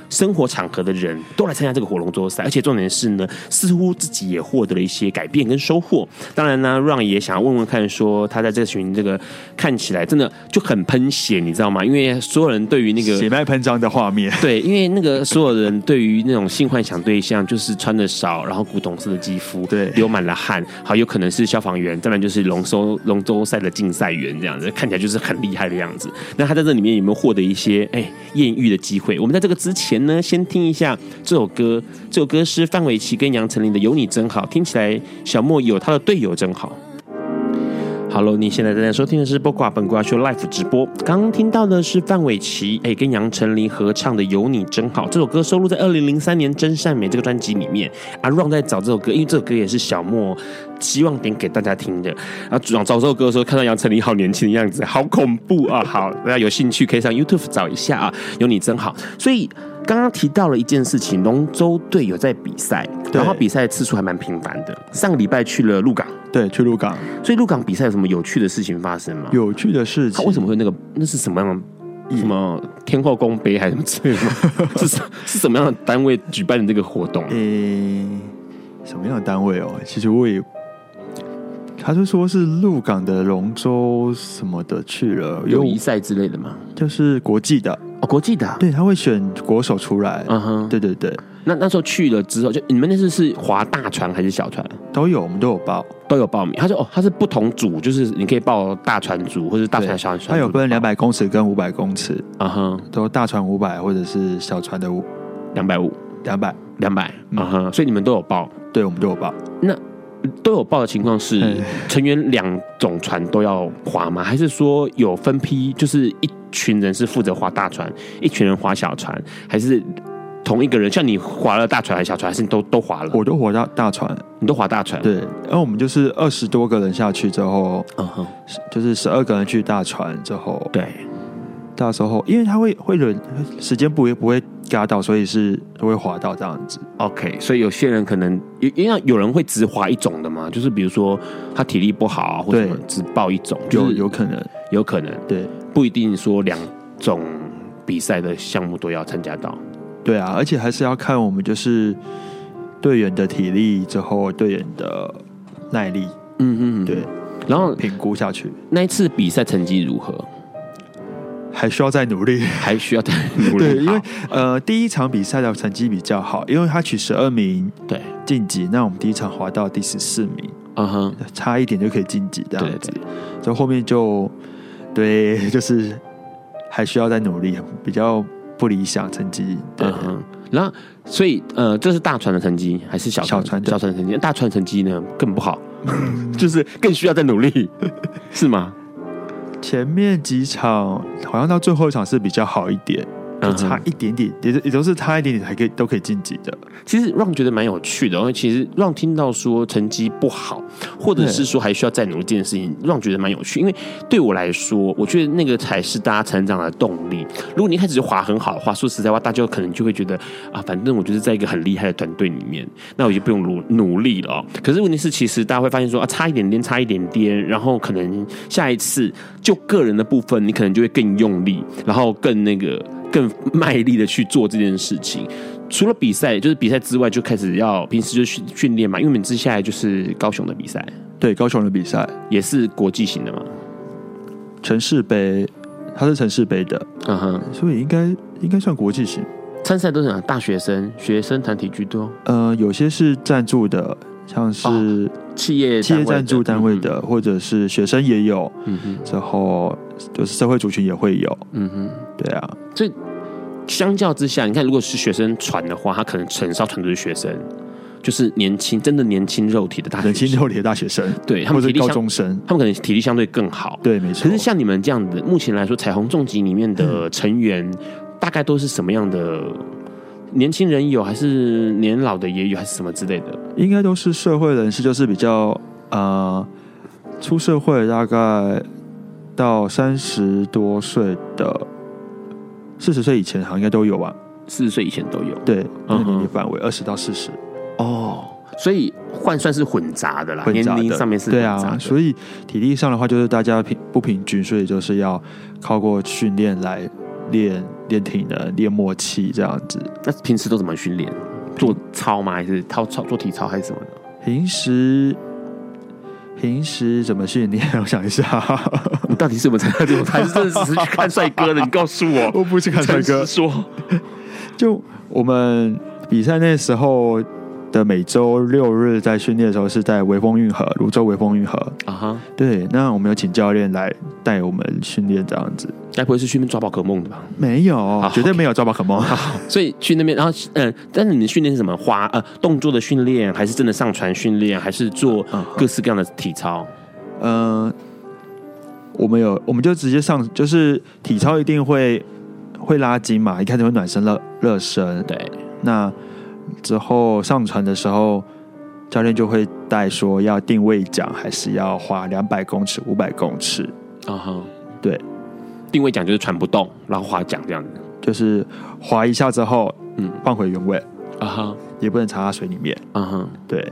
生活场合的人都来参加这个火龙舟赛，而且重点是呢，似乎自己也获得了一些改变跟收获。当然呢 ，Ron 也想要问问看，说他在这群这个看起来真的就很喷血，你知道吗？因为所有人对于那个血脉喷张的画面， 对，因为那个所有人对于那种性幻想对象，就是穿的少，然后古董色的肌肤， 对， 流满了汗，好有可能是消防员，当然就是龙舟龙舟赛的竞赛员，这样子看起来就是很厉害的样子。那他在这里面有没有获得一些哎艳遇的机会？我们在这个之前呢，先听一下这首歌。这首歌是范玮琪跟杨丞琳的《有你真好》，听起来小莫有他的队友真好。Hello， 你现在正在收听的是播瓜本瓜秀 Live 直播。刚刚听到的是范玮琪哎跟杨丞琳合唱的《有你真好》，这首歌收录在二零零三年《真善美》这个专辑里面。阿 Ron 在找这首歌，因为这首歌也是小莫希望点给大家听的。然后找这首歌的时候，看到杨丞琳好年轻的样子，好恐怖啊！好，大家有兴趣可以上 YouTube 找一下啊，《有你真好》。所以刚刚提到了一件事情，龙舟队有在比赛，然后比赛的次数还蛮频繁的。上个礼拜去了鹿港， 对，去鹿港。 所以鹿港比赛有什么有趣的事情发生吗？ 有趣的事情， 他为什么会那个？那是什么样的？什么天后宫杯还是什么之类的吗？是是什么样的单位举办的这个活动？ 诶、欸，什么样的单位哦？其实我也。他就说是鹿港的龙舟什么的去了， 友谊赛之类的吗？ 就是国际的哦，国际的、啊， 对，他会选国手出来，嗯哼， 对对对。 那那时候去了之后，就你们那次是划大船还是小船？ 都有，我们都有报， 都有报名。他说哦，他是不同组，就是你可以报大船组或者大船小船。 他有分两百公尺跟五百公尺， 嗯哼， 都大船五百或者是小船的两百五， 两百两百，嗯哼，所以你们都有报， 对，我们都有报。 那都有报的情况是成员两种船都要划吗？还是说有分批，就是一群人是负责划大船，一群人划小船，还是同一个人？像你划了大船还是小船，还是你都都划了？ 我都划大大船， 你都划大船。 对，然后我们就是二十多个人下去之后， 嗯哼， 就是十二个人去大船之后， 对。 到时候，因为他会会轮时间不会不会嘎到，所以是都会滑到这样子。 OK， 所以有些人可能因为有人会只滑一种的嘛，就是比如说他体力不好、啊、或者什么只报一种， 有有可能， 有可能， 对， 不一定说两种比赛的项目都要参加到。 对啊，而且还是要看我们就是队员的体力之后，队员的耐力， 嗯嗯，对，然后评估下去。 那一次比赛成绩如何？ 还需要再努力， 还需要再努力。 对，因为呃，第一场比赛的成绩比较好，因为他取十二名对晋级，那我们第一场滑到第十四名，嗯哼，差一点就可以晋级这样子。所以后面就对，就是还需要再努力，比较不理想成绩。嗯哼， 然后所以呃，这是大船的成绩还是小船？小船小船的成绩，大船成绩呢更不好，就是更需要再努力，是吗？ 前面几场好像到最后一场是比较好一点，就差一点点，也也都是差一点点还可以都可以晋级的。 其实让觉得蛮有趣的，因为其实让听到说成绩不好，或者是说还需要再努力这件事情，让觉得蛮有趣。因为对我来说，我觉得那个才是大家成长的动力。如果你一开始就滑很好的话，说实在话，大家可能就会觉得啊，反正我就是在一个很厉害的团队里面，那我就不用努努力了、哦。可是问题是，其实大家会发现说啊，差一点点，差一点点，然后可能下一次就个人的部分，你可能就会更用力，然后更那个。更卖力的去做这件事情，除了比赛，就是比赛之外，就开始要平时就训训练嘛。因为我们接下来就是高雄的比赛， 对，高雄的比赛也是国际型的嘛， 城市杯，它是城市杯的，嗯哼，所以应该应该算国际型。 参赛都是大学生、学生团体居多， 呃，有些是赞助的，像是、哦、 企业企业赞助单位的，嗯、或者是学生也有，嗯哼，之后就是社会族群也会有，嗯哼，对啊， 所以相较之下，你看，如果是学生船的话，他可能很少船都是学生，就是年轻，真的年轻肉体的大学生， 年轻肉体的大学生， 对，他们体力高中生， 他们可能体力相对更好， 对，没错。 可是像你们这样的，目前来说，彩虹重击里面的成员、嗯、大概都是什么样的？年轻人有，还是年老的也有，还是什么之类的？ 应该都是社会人士，就是比较呃出社会大概到三十多岁的。四十岁以前好像应该都有吧？ 四十岁以前都有， 对，那个年龄范围二十到四十。 哦，所以换算是混杂的啦，年龄上面是混杂的。 对啊，所以体力上的话，就是大家平不平均，所以就是要靠过训练来练练体能、练默契这样子。 那平时都怎么训练？做操吗？还是操操做体操还是什么的？ 平时平时怎么训练？我想一下， 你到底是不是参加这种？还是真的只是去看帅哥的？你告诉我， 我不是看帅哥。 说，就我们比赛那时候的每周六日在训练的时候是在微风运河，泸州微风运河啊哈。对，那我们有请教练来带我们训练这样子。 该不会是去那边抓宝可梦的吧？ 没有，绝对没有抓宝可梦。 所以去那边，然后嗯，但是你的训练是什么？花呃动作的训练，还是真的上船训练，还是做各式各样的体操？ 嗯、呃，我们有，我们就直接上，就是体操一定会会拉筋嘛，一开始会暖身热热身。对，那之后上船的时候，教练就会带说要定位桨，还是要划两百公尺、五百公尺啊哈、uh-huh. 对。 定位桨就是船不动，然后划桨这样子， 就是划一下之后，嗯，放回原位啊哈， uh-huh. 也不能插到水里面啊哈， uh-huh. 对。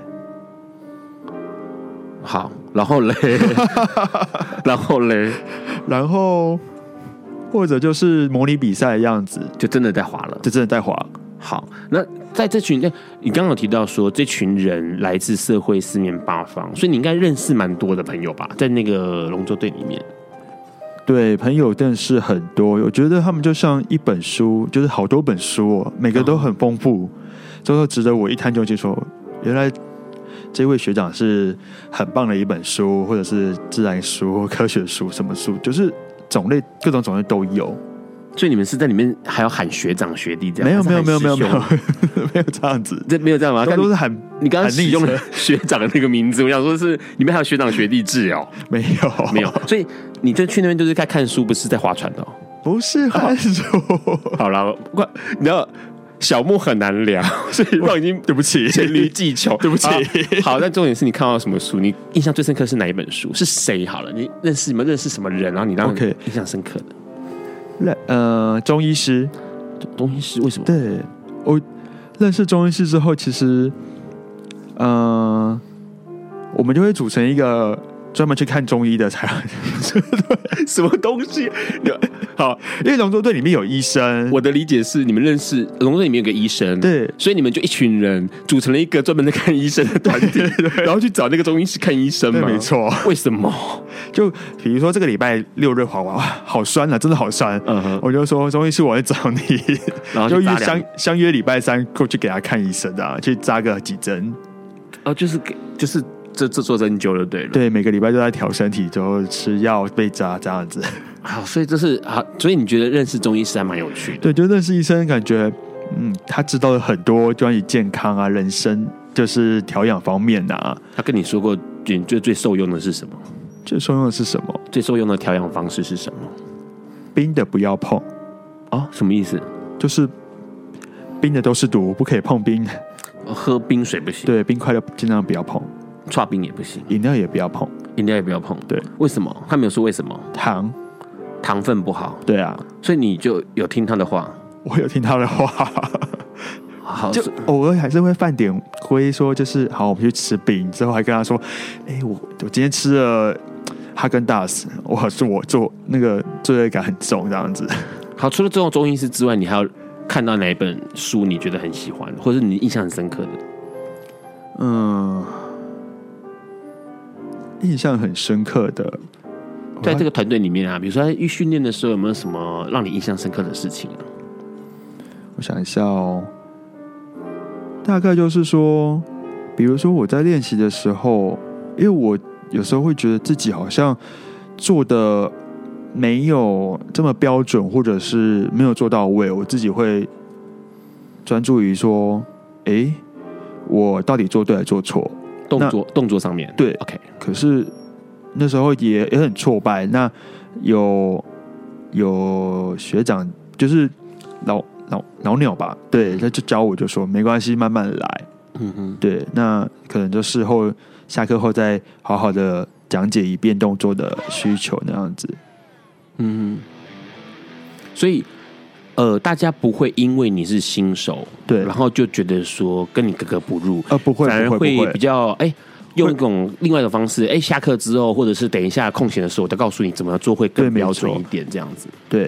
好，然后嘞，然后嘞， 然后或者就是模拟比赛的样子， 就真的在划了， 就真的在划。 好，那在这群，你刚刚有提到说，这群人来自社会四面八方，所以你应该认识蛮多的朋友吧，在那个龙舟队里面。 对，朋友认识很多，我觉得他们就像一本书，就是好多本书、哦，每个都很丰富，之后值得我一探究竟说，原来这位学长是很棒的一本书，或者是自然书、科学书，什么书，就是种类各种种类都有。 所以你们是在里面还要喊学长学弟这样？ 没有没有没有没有没有没有这样子， 这没有这样吗？ 都是喊你刚刚使用了学长的那个名字，我想说是里面还有学长学弟制哦， 没有没有。所以你就去那边就是在看书，不是在划船的、哦？ 不是看书。 好了，你知道小木很难聊，所以让已经对不起黔驴技穷， 对不起。 好，但重点是你看到什么书？你印象最深刻是哪一本书？是谁？好了，你认识你们认识什么人？然后你让你印象深刻的。 呃，中医师， 中医师为什么？ 对，我认识中医师之后，其实，呃，我们就会组成一个专门去看中医的才什么东西？ 好，因为龙舟队里面有医生。 我的理解是，你们认识龙舟队里面有个医生， 对， 所以你们就一群人组成了一个专门在看医生的团体，然后去找那个中医师看医生嘛。 没错。 为什么？ 就比如说这个礼拜六日滑完，哇，好酸啊，真的好酸。嗯哼，我就说中医师，我来找你，然后就相相约礼拜三过去给他看医生啊，去扎个几针。 哦，就是给就是。这这做针灸就对了， 对，每个礼拜都在调身体，之后吃药被扎这样子。 好，所以这是好，所以你觉得认识中医师还蛮有趣的？ 对，就认识医生，感觉嗯，他知道了很多关于健康啊、人生就是调养方面啊。 他跟你说过，你最最受用的是什么？ 最受用的是什么？ 最受用的调养方式是什么？ 冰的不要碰。 哦，什么意思？ 就是冰的都是毒，不可以碰冰。 喝冰水不行。 对，冰块的尽量不要碰。 剉冰也不行， 饮料也不要碰， 饮料也不要碰。 对， 为什么？他没有说为什么。 糖， 糖分不好。 对啊， 所以你就有听他的话。 我有听他的话，好，就偶尔还是会犯点灰，说就是好，我们去吃饼，之后还跟他说，哎、欸，我我今天吃了哈根达斯，我是我做那个罪恶感很重这样子。 好，除了这种中医师之外，你还要看到哪一本书你觉得很喜欢，或者是你印象很深刻的？ 嗯。印象很深刻的， 在这个团队里面啊，比如说在预训练的时候，有没有什么让你印象深刻的事情啊？ 我想一下哦，大概就是说，比如说我在练习的时候，因为我有时候会觉得自己好像做的没有这么标准，或者是没有做到位，我自己会专注于说，哎，我到底做对还是做错？ 动作动作上面对 ，OK。 可是那时候也也很挫败。那有有学长就是老老老鸟吧，对，他就教我就说没关系，慢慢来。嗯哼，对，那可能就事后下课后再好好的讲解一遍动作的需求那样子。 嗯哼，所以。呃，大家不会因为你是新手， 对， 然后就觉得说跟你格格不入， 呃，不会， 反而会比较哎，用一种另外一种方式，哎，下课之后或者是等一下空闲的时候，我再告诉你怎么做会更标准一点，这样子。 对，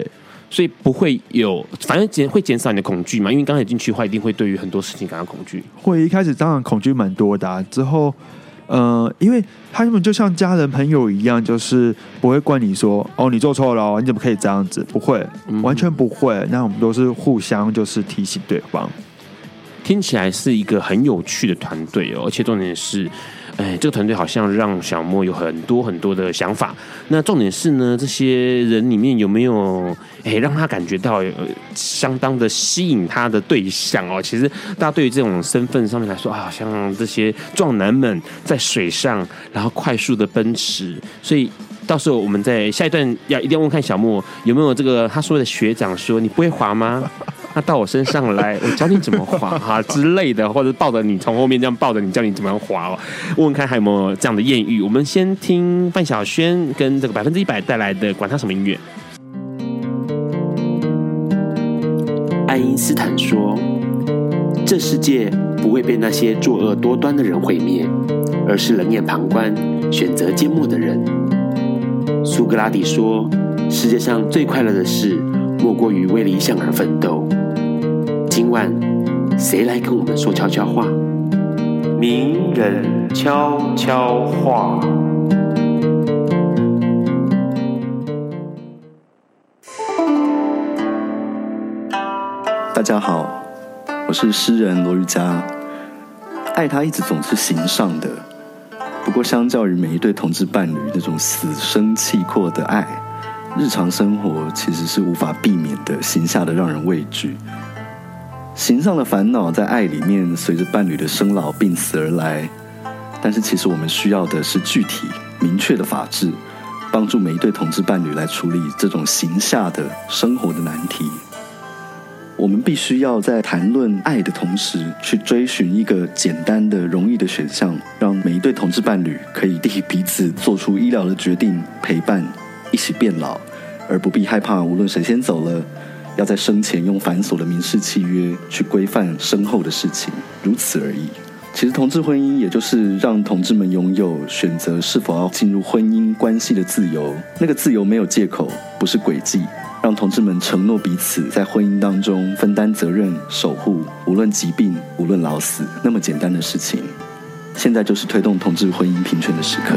所以不会有，反正减会减少你的恐惧嘛，因为刚才进去的话，一定会对于很多事情感到恐惧。 会一开始当然恐惧蛮多的、啊，之后，呃，因为他们就像家人朋友一样，就是不会怪你说哦你做错了、哦，你怎么可以这样子？不会，完全不会。那我们都是互相就是提醒对方。 听起来是一个很有趣的团队哦，而且重点是，哎，这个团队好像让小莫有很多很多的想法。那重点是呢，这些人里面有没有哎让他感觉到、呃、相当的吸引他的对象哦？其实大家对于这种身份上面来说啊，像这些壮男们在水上，然后快速的奔驰，所以。到时候我们在下一段要一定要问看小莫有没有这个他说的学长说你不会滑吗？那到我身上来，我教你怎么滑哈之类的，或者抱着你从后面这样抱着你，教你怎么样滑哦。问问看还有没有这样的艳遇。我们先听范晓萱跟这个百分之一百带来的管他什么音乐。爱因斯坦说：“这世界不会被那些作恶多端的人毁灭，而是冷眼旁观、选择缄默的人。”苏格拉底说：“世界上最快乐的事，莫过于为理想而奋斗。”今晚，谁来跟我们说悄悄话？名人悄悄话。 大家好，我是诗人罗玉佳。爱他一直总是形上的。不过，相较于每一对同志伴侣那种死生契阔的爱，日常生活其实是无法避免的形下的让人畏惧。形上的烦恼在爱里面随着伴侣的生老病死而来，但是其实我们需要的是具体明确的法治，帮助每一对同志伴侣来处理这种形下的生活的难题。我们必须要在谈论爱的同时，去追寻一个简单的、容易的选项，让每一对同志伴侣可以替彼此做出医疗的决定，陪伴，一起变老，而不必害怕无论谁先走了，要在生前用繁琐的民事契约去规范身后的事情，如此而已。其实同志婚姻也就是让同志们拥有选择是否要进入婚姻关系的自由，那个自由没有借口，不是诡计，让同志们承诺彼此在婚姻当中分担责任、守护，无论疾病，无论老死，那么简单的事情。现在就是推动同志婚姻平权的时刻。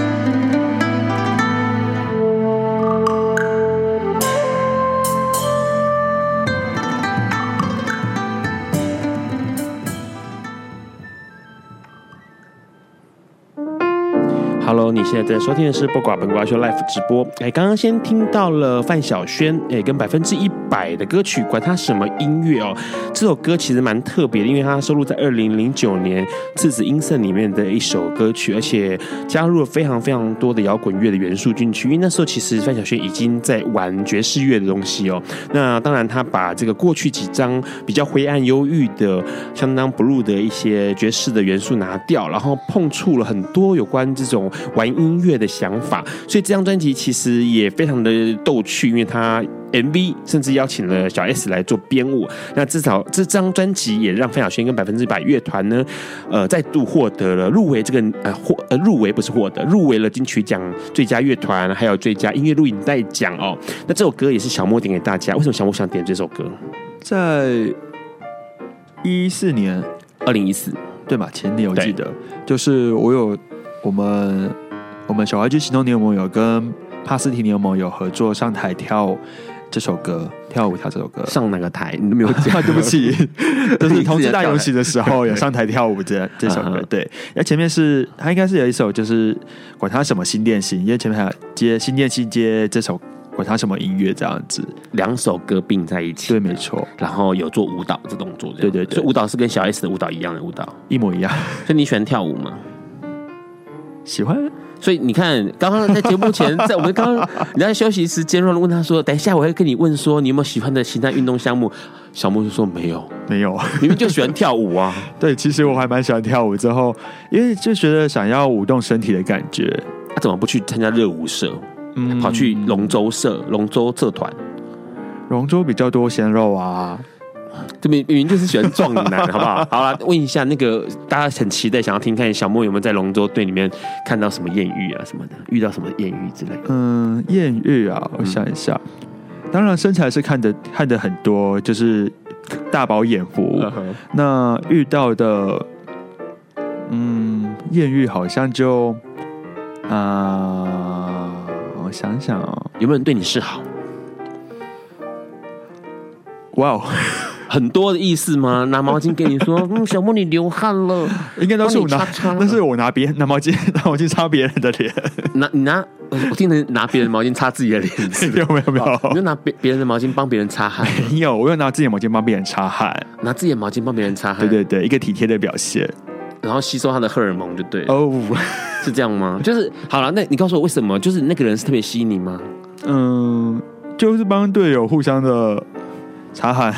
Hello， 你现在在收听的是不寡本瓜秀 Live 直播。哎，刚刚先听到了范晓萱哎跟百分之一百的歌曲，管它什么音乐哦。这首歌其实蛮特别的，因为它收录在二零零九年《赤子阴盛》里面的一首歌曲，而且加入了非常非常多的摇滚乐的元素进去。因为那时候其实范晓萱已经在玩爵士乐的东西哦。那当然，他把这个过去几张比较灰暗忧郁的、相当 blue 的一些爵士的元素拿掉，然后碰触了很多有关这种玩音乐的想法，所以这张专辑其实也非常的逗趣，因为它 M V 甚至邀请了小 S 来做编舞。那至少这张专辑也让范晓萱跟百分之百乐团呢，呃，再度获得了入围这个呃获呃入围不是获得入围了金曲奖最佳乐团，还有最佳音乐录影带奖哦。那这首歌也是小莫点给大家，为什么小莫想点这首歌？ 在一四年， 二零一四对嘛？前年我记得，就是我有我们我们小孩剧行动联盟有跟帕斯提联盟有合作上台跳这首歌，跳舞跳这首歌。 上哪个台？你都没有讲， 对不起，就是同志大游行的时候有上台跳舞这这首歌。对，那前面是他应该是有一首就是管他什么新电信，因为前面还有接新电信接这首。管他什么音乐这样子， 两首歌并在一起， 对，没错。 然后有做舞蹈这动作， 对对对， 所以舞蹈是跟小 S 的舞蹈一样的舞蹈， 一模一样。 所以你喜欢跳舞吗？ 喜欢。 所以你看，刚刚在节目前，在我们刚刚你在休息时间，问他说：“等一下，我会跟你问说，你有没有喜欢的其他运动项目？”小莫就说：“没有， 没有， 明明就喜欢跳舞啊。” 对，其实我还蛮喜欢跳舞。之后，因为就觉得想要舞动身体的感觉， 他、啊、怎么不去参加热舞社？嗯，跑去龙舟社、龙舟社团， 龙舟比较多鲜肉啊。 这明明就是喜欢壮男，好不好？好啦，问一下那个大家很期待，想要听看小莫有没有在龙舟队里面看到什么艳遇啊什么的，遇到什么艳遇之类的。 嗯，艳遇啊，我想一下，嗯、 当然身材是看的看的很多，就是大饱眼福。Uh-huh. 那遇到的，嗯，艳遇好像就啊、呃，我想想哦， 有没有人对你示好？ 哇哦！ 很多的意思吗？拿毛巾给你说，嗯，小莫你流汗了， 应该都是我拿，那是我拿别人拿毛巾拿毛巾擦别人的脸。 拿你拿，我听成拿别人的毛巾擦自己的脸， 没有没有没有， 你就拿别别人的毛巾帮别人擦汗。 没有，我又拿自己的毛巾帮别人擦汗， 拿自己的毛巾帮别人擦汗。 对对对，一个体贴的表现， 然后吸收他的荷尔蒙就对了。 哦， 是这样吗？就是好了，那你告诉我为什么？就是那个人是特别吸引你吗？ 嗯，就是帮队友互相的擦汗。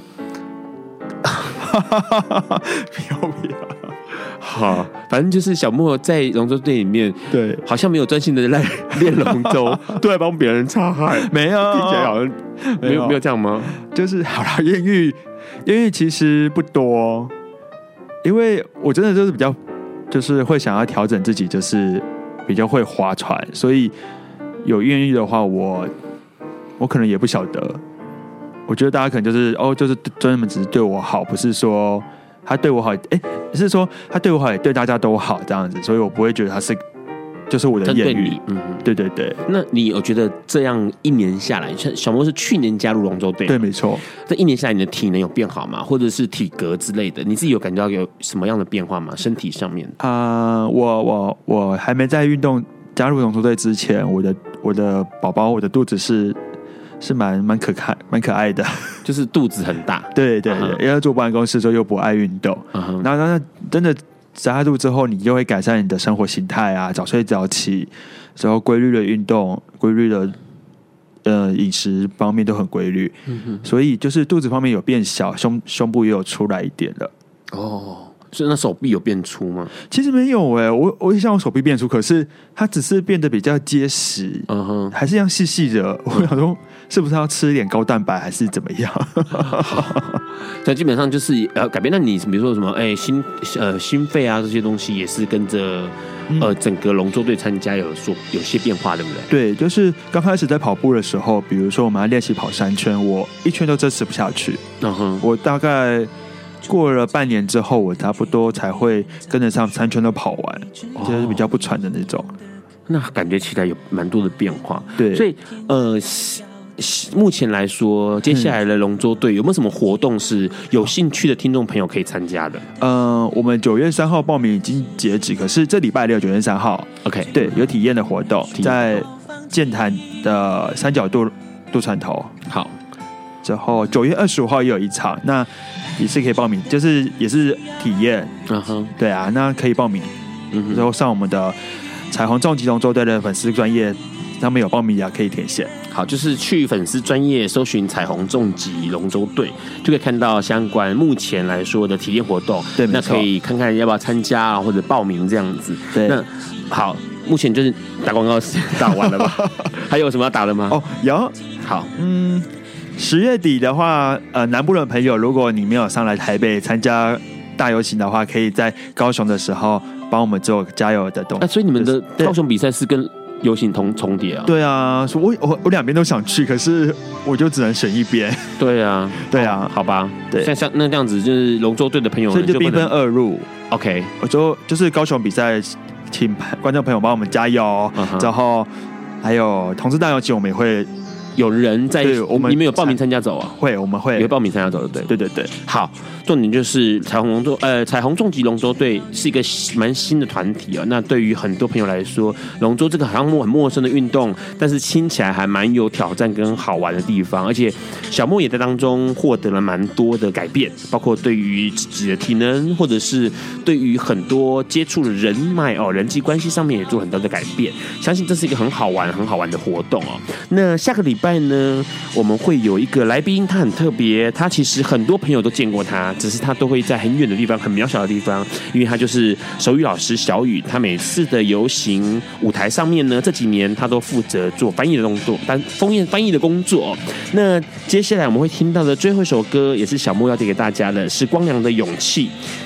不要不要， 好，反正就是小莫在龙舟队里面， 对， 好像没有专心的在练龙舟，都在帮别人擦汗， 没有， 听起来好像没有没有这样吗？ 就是好啦，艳遇艳遇其实不多，因为我真的就是比较就是会想要调整自己，就是比较会划船，所以有艳遇的话，我我可能也不晓得。我觉得大家可能就是哦，就是专门只是对我好，不是说他对我好，哎，是说他对我好也对大家都好这样子，所以我不会觉得他是就是我的艳遇。嗯，对对对。 那你有觉得这样一年下来，小莫是去年加入龙舟队， 对，没错。 这一年下来，你的体能有变好吗？或者是体格之类的，你自己有感觉到有什么样的变化吗？身体上面？ 啊、呃，我我我还没在运动加入龙舟队之前，我的我的宝宝，我的肚子是。是蛮蛮可爱蛮可爱的， 就是肚子很大。 对对对， uh-huh. 因为坐办公室之后又不爱运动，然后、uh-huh. 那真的加入之后，你就会改善你的生活形态啊，早睡早起，然后规律的运动，规律的呃饮食方面都很规律，嗯、所以就是肚子方面有变小，胸胸部也有出来一点了。 哦。所以那手臂有变粗吗？ 其实没有哎、欸，我我想我手臂变粗，可是它只是变得比较结实，嗯哼，还是一样细细的。我想说，是不是要吃一点高蛋白，还是怎么样？ 所以基本上就是呃改变。那你比如说什么哎、欸、心呃心肺啊这些东西，也是跟着呃整个龙舟队参加有说有些变化，对不对？ 对，就是刚开始在跑步的时候，比如说我们要练习跑三圈，我一圈都坚持不下去，嗯哼，我大概。过了半年之后，我差不多才会跟得上三圈都跑完，哦、就是比较不喘的那种。 那感觉起来有蛮多的变化。 对， 所以呃，目前来说，接下来的龙舟队有没有什么活动是有兴趣的听众朋友可以参加的？ 呃，我们九月三号报名已经截止，可是这礼拜六九月三号 ，OK， 对，有体验的活动，在剑潭的三角渡渡船头。 好， 之后九月二十五号也有一场，那。也是可以报名，就是也是体验，嗯哼，对啊，那可以报名，嗯哼，然后上我们的彩虹重击龙舟队的粉丝专页，他们有报名也可以填写。 好，就是去粉丝专页搜寻彩虹重击龙舟队，就可以看到相关目前来说的体验活动。 对， 那可以看看要不要参加啊，或者报名这样子。 对， 那好，目前就是打广告时间打完了吧？还有什么要打的吗？ 哦，有， 好， 嗯。十月底的话，呃，南部的朋友，如果你没有上来台北参加大游行的话，可以在高雄的时候帮我们做加油的动作。 啊，所以你们的高雄比赛是跟游行同重叠啊？ 对啊，所以我我我两边都想去，可是我就只能选一边。 对啊， 对啊， 好吧， 对， 像像那这样子，就是龙舟队的朋友， 所以就兵分二路。 OK， 我就就是高雄比赛，请观众朋友帮我们加油，然后还有同志大游行，我们也会。 有人在， 我们你们有报名参加走啊？ 会，我们会有报名参加走的，对， 对对对。 好，重点就是彩虹龙舟，呃，彩虹重击龙舟队是一个蛮新的团体啊。那对于很多朋友来说，龙舟这个好像很陌生的运动，但是听起来还蛮有挑战跟好玩的地方。而且小莫也在当中获得了蛮多的改变，包括对于自己的体能，或者是对于很多接触的人脉哦、人际关系上面也做很多的改变。相信这是一个很好玩、很好玩的活动哦。那下个礼拜。拜呢，我们会有一个来宾，他很特别，他其实很多朋友都见过他，只是他都会在很远的地方、很渺小的地方，因为他就是手语老师小雨。他每次的游行舞台上面呢，这几年他都负责做翻译的动作，但封面翻译的工作。那接下来我们会听到的最后一首歌，也是小莫要带给大家的，是光良的《勇气》。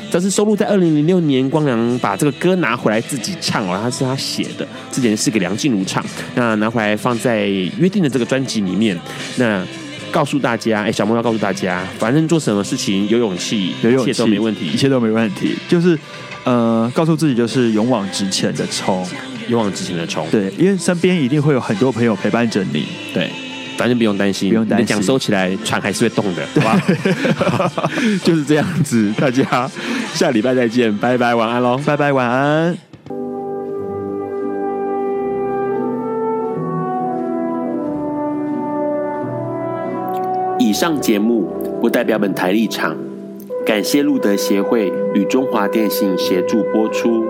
这是收录在二零零六年光良把这个歌拿回来自己唱哦，他是他写的，之前是给梁静茹唱，那拿回来放在约定的这个专辑里面，那告诉大家，哎，小梦要告诉大家，反正做什么事情有勇气， 有勇气， 一切都没问题， 一切都没问题，就是呃，告诉自己就是勇往直前的冲， 勇往直前的冲， 对，因为身边一定会有很多朋友陪伴着你，对。 反正不用担心， 不用担心， 你的桨收起来，船还是会动的，好吧？就是这样子，大家下礼拜再见，拜拜，晚安喽， 拜拜，晚安。 以上节目不代表本台立场，感谢路德协会与中华电信协助播出。